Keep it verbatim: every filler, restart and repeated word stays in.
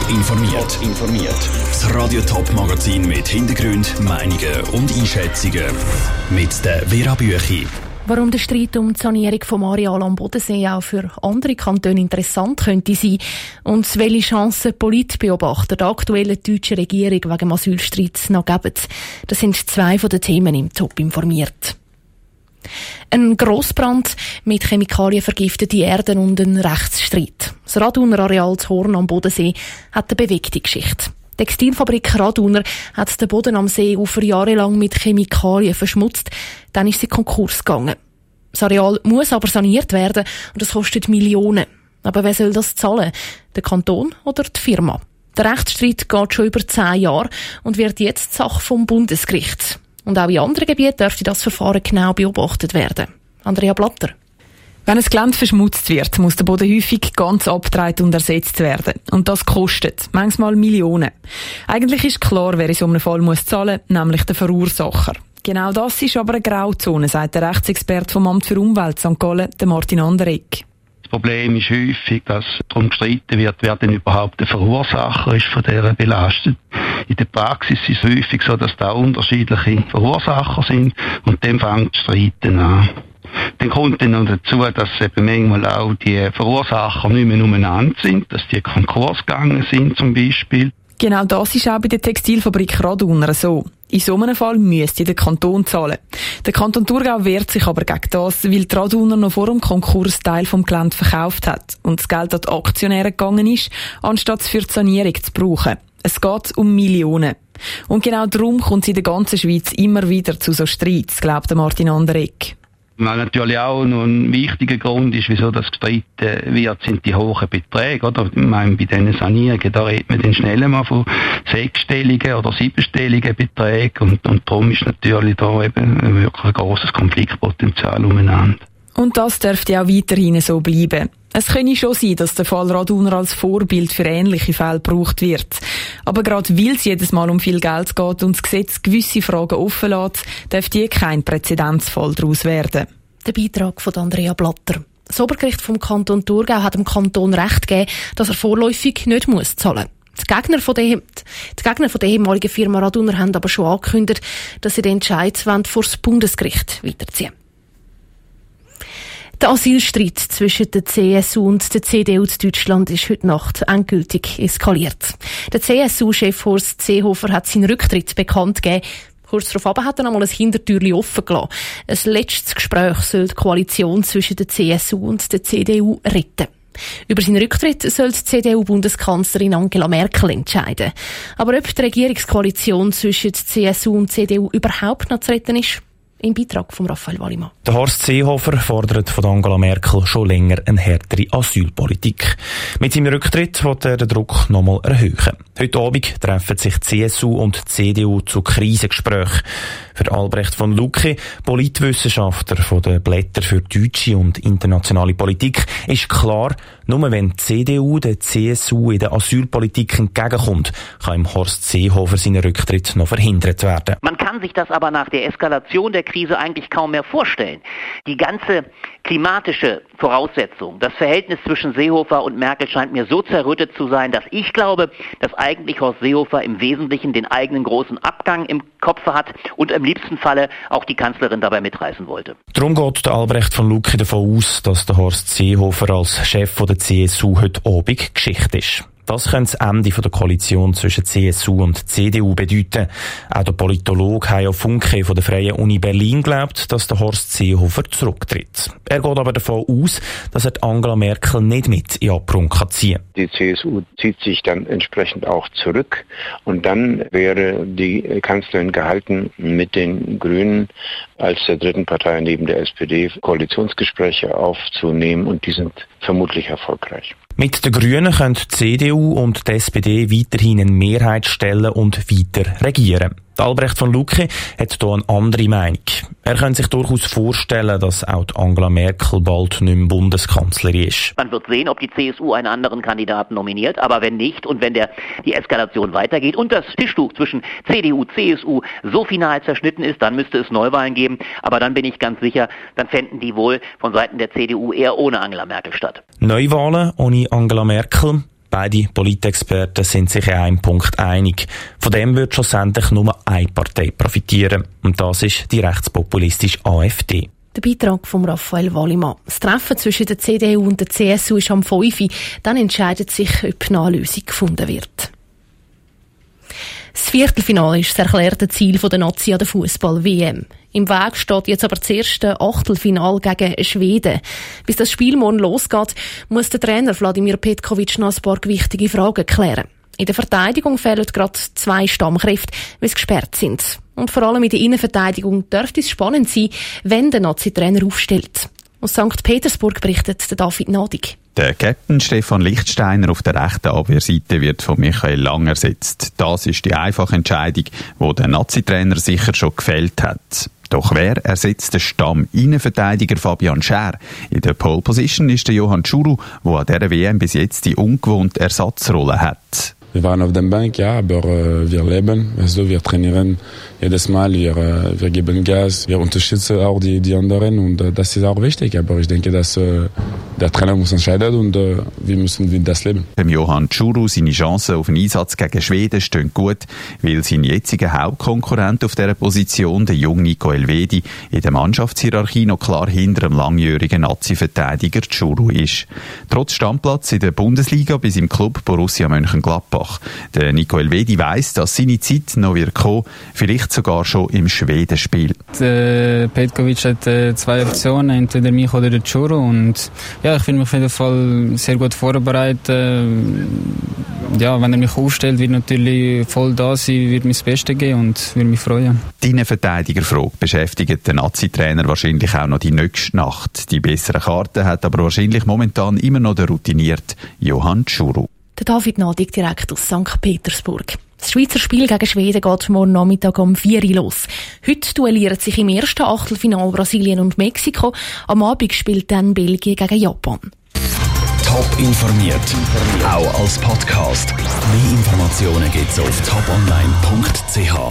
informiert. informiert. Das Radio Top Magazin mit Hintergrund, Meinungen und Einschätzungen mit der Vera Büchi. Warum der Streit um die Sanierung vom Areal am Bodensee auch für andere Kantone interessant könnte sein und welche Chancen Politbeobachter der aktuellen deutschen Regierung wegen dem Asylstreit noch geben. Das sind zwei von den Themen im Top informiert. Ein Grossbrand mit Chemikalien vergiftete Erden und ein Rechtsstreit. Das Raduner Areal Horn am Bodensee hat eine bewegte Geschichte. Die Textilfabrik Raduner hat den Boden am Seeufer jahrelang mit Chemikalien verschmutzt. Dann ist sie Konkurs gegangen. Das Areal muss aber saniert werden und das kostet Millionen. Aber wer soll das zahlen? Der Kanton oder die Firma? Der Rechtsstreit geht schon über zehn Jahre und wird jetzt Sache vom Bundesgericht. Und auch in anderen Gebieten dürfte das Verfahren genau beobachtet werden. Andrea Blatter. Wenn ein Gelände verschmutzt wird, muss der Boden häufig ganz abgetragen und ersetzt werden. Und das kostet manchmal Millionen. Eigentlich ist klar, wer in so einem Fall muss zahlen, nämlich der Verursacher. Genau das ist aber eine Grauzone, sagt der Rechtsexperte vom Amt für Umwelt Sankt Gallen, der Martin Anderegg. Das Problem ist häufig, dass darum gestritten wird, wer denn überhaupt der Verursacher ist von dieser Belastung. In der Praxis ist es häufig so, dass da unterschiedliche Verursacher sind und dann fängt das Streiten an. Dann kommt dann noch dazu, dass eben manchmal auch die Verursacher nicht mehr umeinander sind, dass die Konkurs gegangen sind zum Beispiel. Genau das ist auch bei der Textilfabrik Raduner so. In so einem Fall müsste der Kanton zahlen. Der Kanton Thurgau wehrt sich aber gegen das, weil die Raduner noch vor dem Konkurs Teil vom Gelände verkauft hat und das Geld an die Aktionäre gegangen ist, anstatt es für die Sanierung zu brauchen. Es geht um Millionen. Und genau darum kommt es in der ganzen Schweiz immer wieder zu so Streits, glaubt Martin Anderegg. Was natürlich auch noch ein wichtiger Grund ist, wieso das gestritten wird, sind die hohen Beträge. Oder? Ich meine, bei diesen Sanierungen, da redet man dann schnell mal von sechsstelligen oder siebenstelligen Beträgen. Und, und darum ist natürlich da eben wirklich ein grosses Konfliktpotenzial umeinander. Und das dürfte auch weiterhin so bleiben. Es könnte schon sein, dass der Fall Raduner als Vorbild für ähnliche Fälle gebraucht wird. Aber gerade weil es jedes Mal um viel Geld geht und das Gesetz gewisse Fragen offen lässt, dürfte hier kein Präzedenzfall daraus werden. Der Beitrag von Andrea Blatter. Das Obergericht vom Kanton Thurgau hat dem Kanton Recht gegeben, dass er vorläufig nicht muss zahlen muss. Die Gegner von der, die Gegner von der ehemaligen Firma Raduner haben aber schon angekündigt, dass sie den Entscheid vor das Bundesgericht weiterziehen. Der Asylstreit zwischen der C S U und der C D U in Deutschland ist heute Nacht endgültig eskaliert. Der C S U-Chef Horst Seehofer hat seinen Rücktritt bekannt gegeben. Kurz darauf hat er noch mal ein Hintertürchen offen gelassen. Ein letztes Gespräch soll die Koalition zwischen der C S U und der C D U retten. Über seinen Rücktritt soll die C D U-Bundeskanzlerin Angela Merkel entscheiden. Aber ob die Regierungskoalition zwischen der C S U und C D U überhaupt noch zu retten ist, im Beitrag von Raphael Wallimann. Der Horst Seehofer fordert von Angela Merkel schon länger eine härtere Asylpolitik. Mit seinem Rücktritt will er den Druck noch einmal erhöhen. Heute Abend treffen sich C S U und C D U zu Krisengesprächen. Für Albrecht von Lucke, Politwissenschaftler von den Blätter für deutsche und internationale Politik, ist klar, nur wenn die C D U der C S U in der Asylpolitik entgegenkommt, kann im Horst Seehofer sein Rücktritt noch verhindert werden. Man kann sich das aber nach der Eskalation der Krise eigentlich kaum mehr vorstellen. Die ganze klimatische Voraussetzung, das Verhältnis zwischen Seehofer und Merkel scheint mir so zerrüttet zu sein, dass ich glaube, dass eigentlich Horst Seehofer im Wesentlichen den eigenen großen Abgang im Kopf hat und im liebsten Falle auch die Kanzlerin dabei mitreißen wollte. Darum geht der Albrecht von Lucke davon aus, dass der Horst Seehofer als Chef der C S U heute Abend Geschichte ist. Das könnte das Ende der Koalition zwischen C S U und C D U bedeuten. Auch der Politologe Hajo Funke von der Freien Uni Berlin glaubt, dass der Horst Seehofer zurücktritt. Er geht aber davon aus, dass er Angela Merkel nicht mit in Abgrund ziehen kann. Die C S U zieht sich dann entsprechend auch zurück und dann wäre die Kanzlerin gehalten, mit den Grünen als der dritten Partei neben der S P D Koalitionsgespräche aufzunehmen und die sind vermutlich erfolgreich. Mit den Grünen können die C D U und die S P D weiterhin eine Mehrheit stellen und weiter regieren. Albrecht von Lucke hat hier eine andere Meinung. Er kann sich durchaus vorstellen, dass auch Angela Merkel bald nicht mehr Bundeskanzlerin ist. Man wird sehen, ob die C S U einen anderen Kandidaten nominiert, aber wenn nicht und wenn der, die Eskalation weitergeht und das Tischtuch zwischen C D U, C S U so final zerschnitten ist, dann müsste es Neuwahlen geben. Aber dann bin ich ganz sicher, dann fänden die wohl von Seiten der C D U eher ohne Angela Merkel statt. Neuwahlen ohne Angela Merkel? Beide Politexperten sind sich in einem Punkt einig. Von dem wird schlussendlich nur eine Partei profitieren. Und das ist die rechtspopulistische AfD. Der Beitrag von Raphael Wallimann. Das Treffen zwischen der C D U und der C S U ist am fünf Uhr. Dann entscheidet sich, ob eine Lösung gefunden wird. Das Viertelfinale ist das erklärte Ziel der Nazi an der Fußball-W M. Im Weg steht jetzt aber das erste Achtelfinale gegen Schweden. Bis das Spiel morgen losgeht, muss der Trainer Wladimir Petkovic noch ein paar wichtige Fragen klären. In der Verteidigung fehlen gerade zwei Stammkräfte, weil sie gesperrt sind. Und vor allem in der Innenverteidigung dürfte es spannend sein, wenn der Nazi-Trainer aufstellt. Aus Sankt Petersburg berichtet David Nadig. Der Captain Stefan Lichtsteiner auf der rechten Abwehrseite wird von Michael Lang ersetzt. Das ist die einfache Entscheidung, die der Nazi-Trainer sicher schon gefällt hat. Doch wer ersetzt den Stamm-Innenverteidiger Fabian Schär? In der Pole Position ist der Johann Tschuru, der an dieser W M bis jetzt die ungewohnte Ersatzrolle hat. Wir waren auf der Bank, ja, aber äh, wir leben, also wir trainieren jedes Mal, wir, äh, wir geben Gas, wir unterstützen auch die, die anderen und äh, das ist auch wichtig, aber ich denke, dass äh, der Trainer muss entscheiden und äh, wir müssen das leben. Beim Johann Tschuru seine Chancen auf einen Einsatz gegen Schweden stehen gut, weil sein jetziger Hauptkonkurrent auf dieser Position, der junge Nico Elvedi, in der Mannschaftshierarchie noch klar hinter dem langjährigen Nazi-Verteidiger Tschuru ist. Trotz Stammplatz in der Bundesliga bei seinem Club Borussia Mönchengladbach. Der Nico Elvedi weiss, dass seine Zeit noch wird kommen, vielleicht sogar schon im Schwedenspiel. Der Petkovic hat äh, zwei Optionen, entweder mich oder der Tschuru. Und ja, ich finde mich auf jeden Fall sehr gut vorbereitet. Ja, wenn er mich aufstellt, wird natürlich voll da sein, wird mir das Beste geben und würde mich freuen. Die Innenverteidigerfrage beschäftigt den Nazi-Trainer wahrscheinlich auch noch die nächste Nacht. Die besseren Karten hat aber wahrscheinlich momentan immer noch der routinierte Johann Tschuru. Der David Nadig direkt aus Sankt Petersburg. Das Schweizer Spiel gegen Schweden geht morgen Nachmittag um vier Uhr los. Heute duellieren sich im ersten Achtelfinale Brasilien und Mexiko. Am Abend spielt dann Belgien gegen Japan. Top informiert, auch als Podcast. Mehr Informationen gibt's auf top online punkt c h.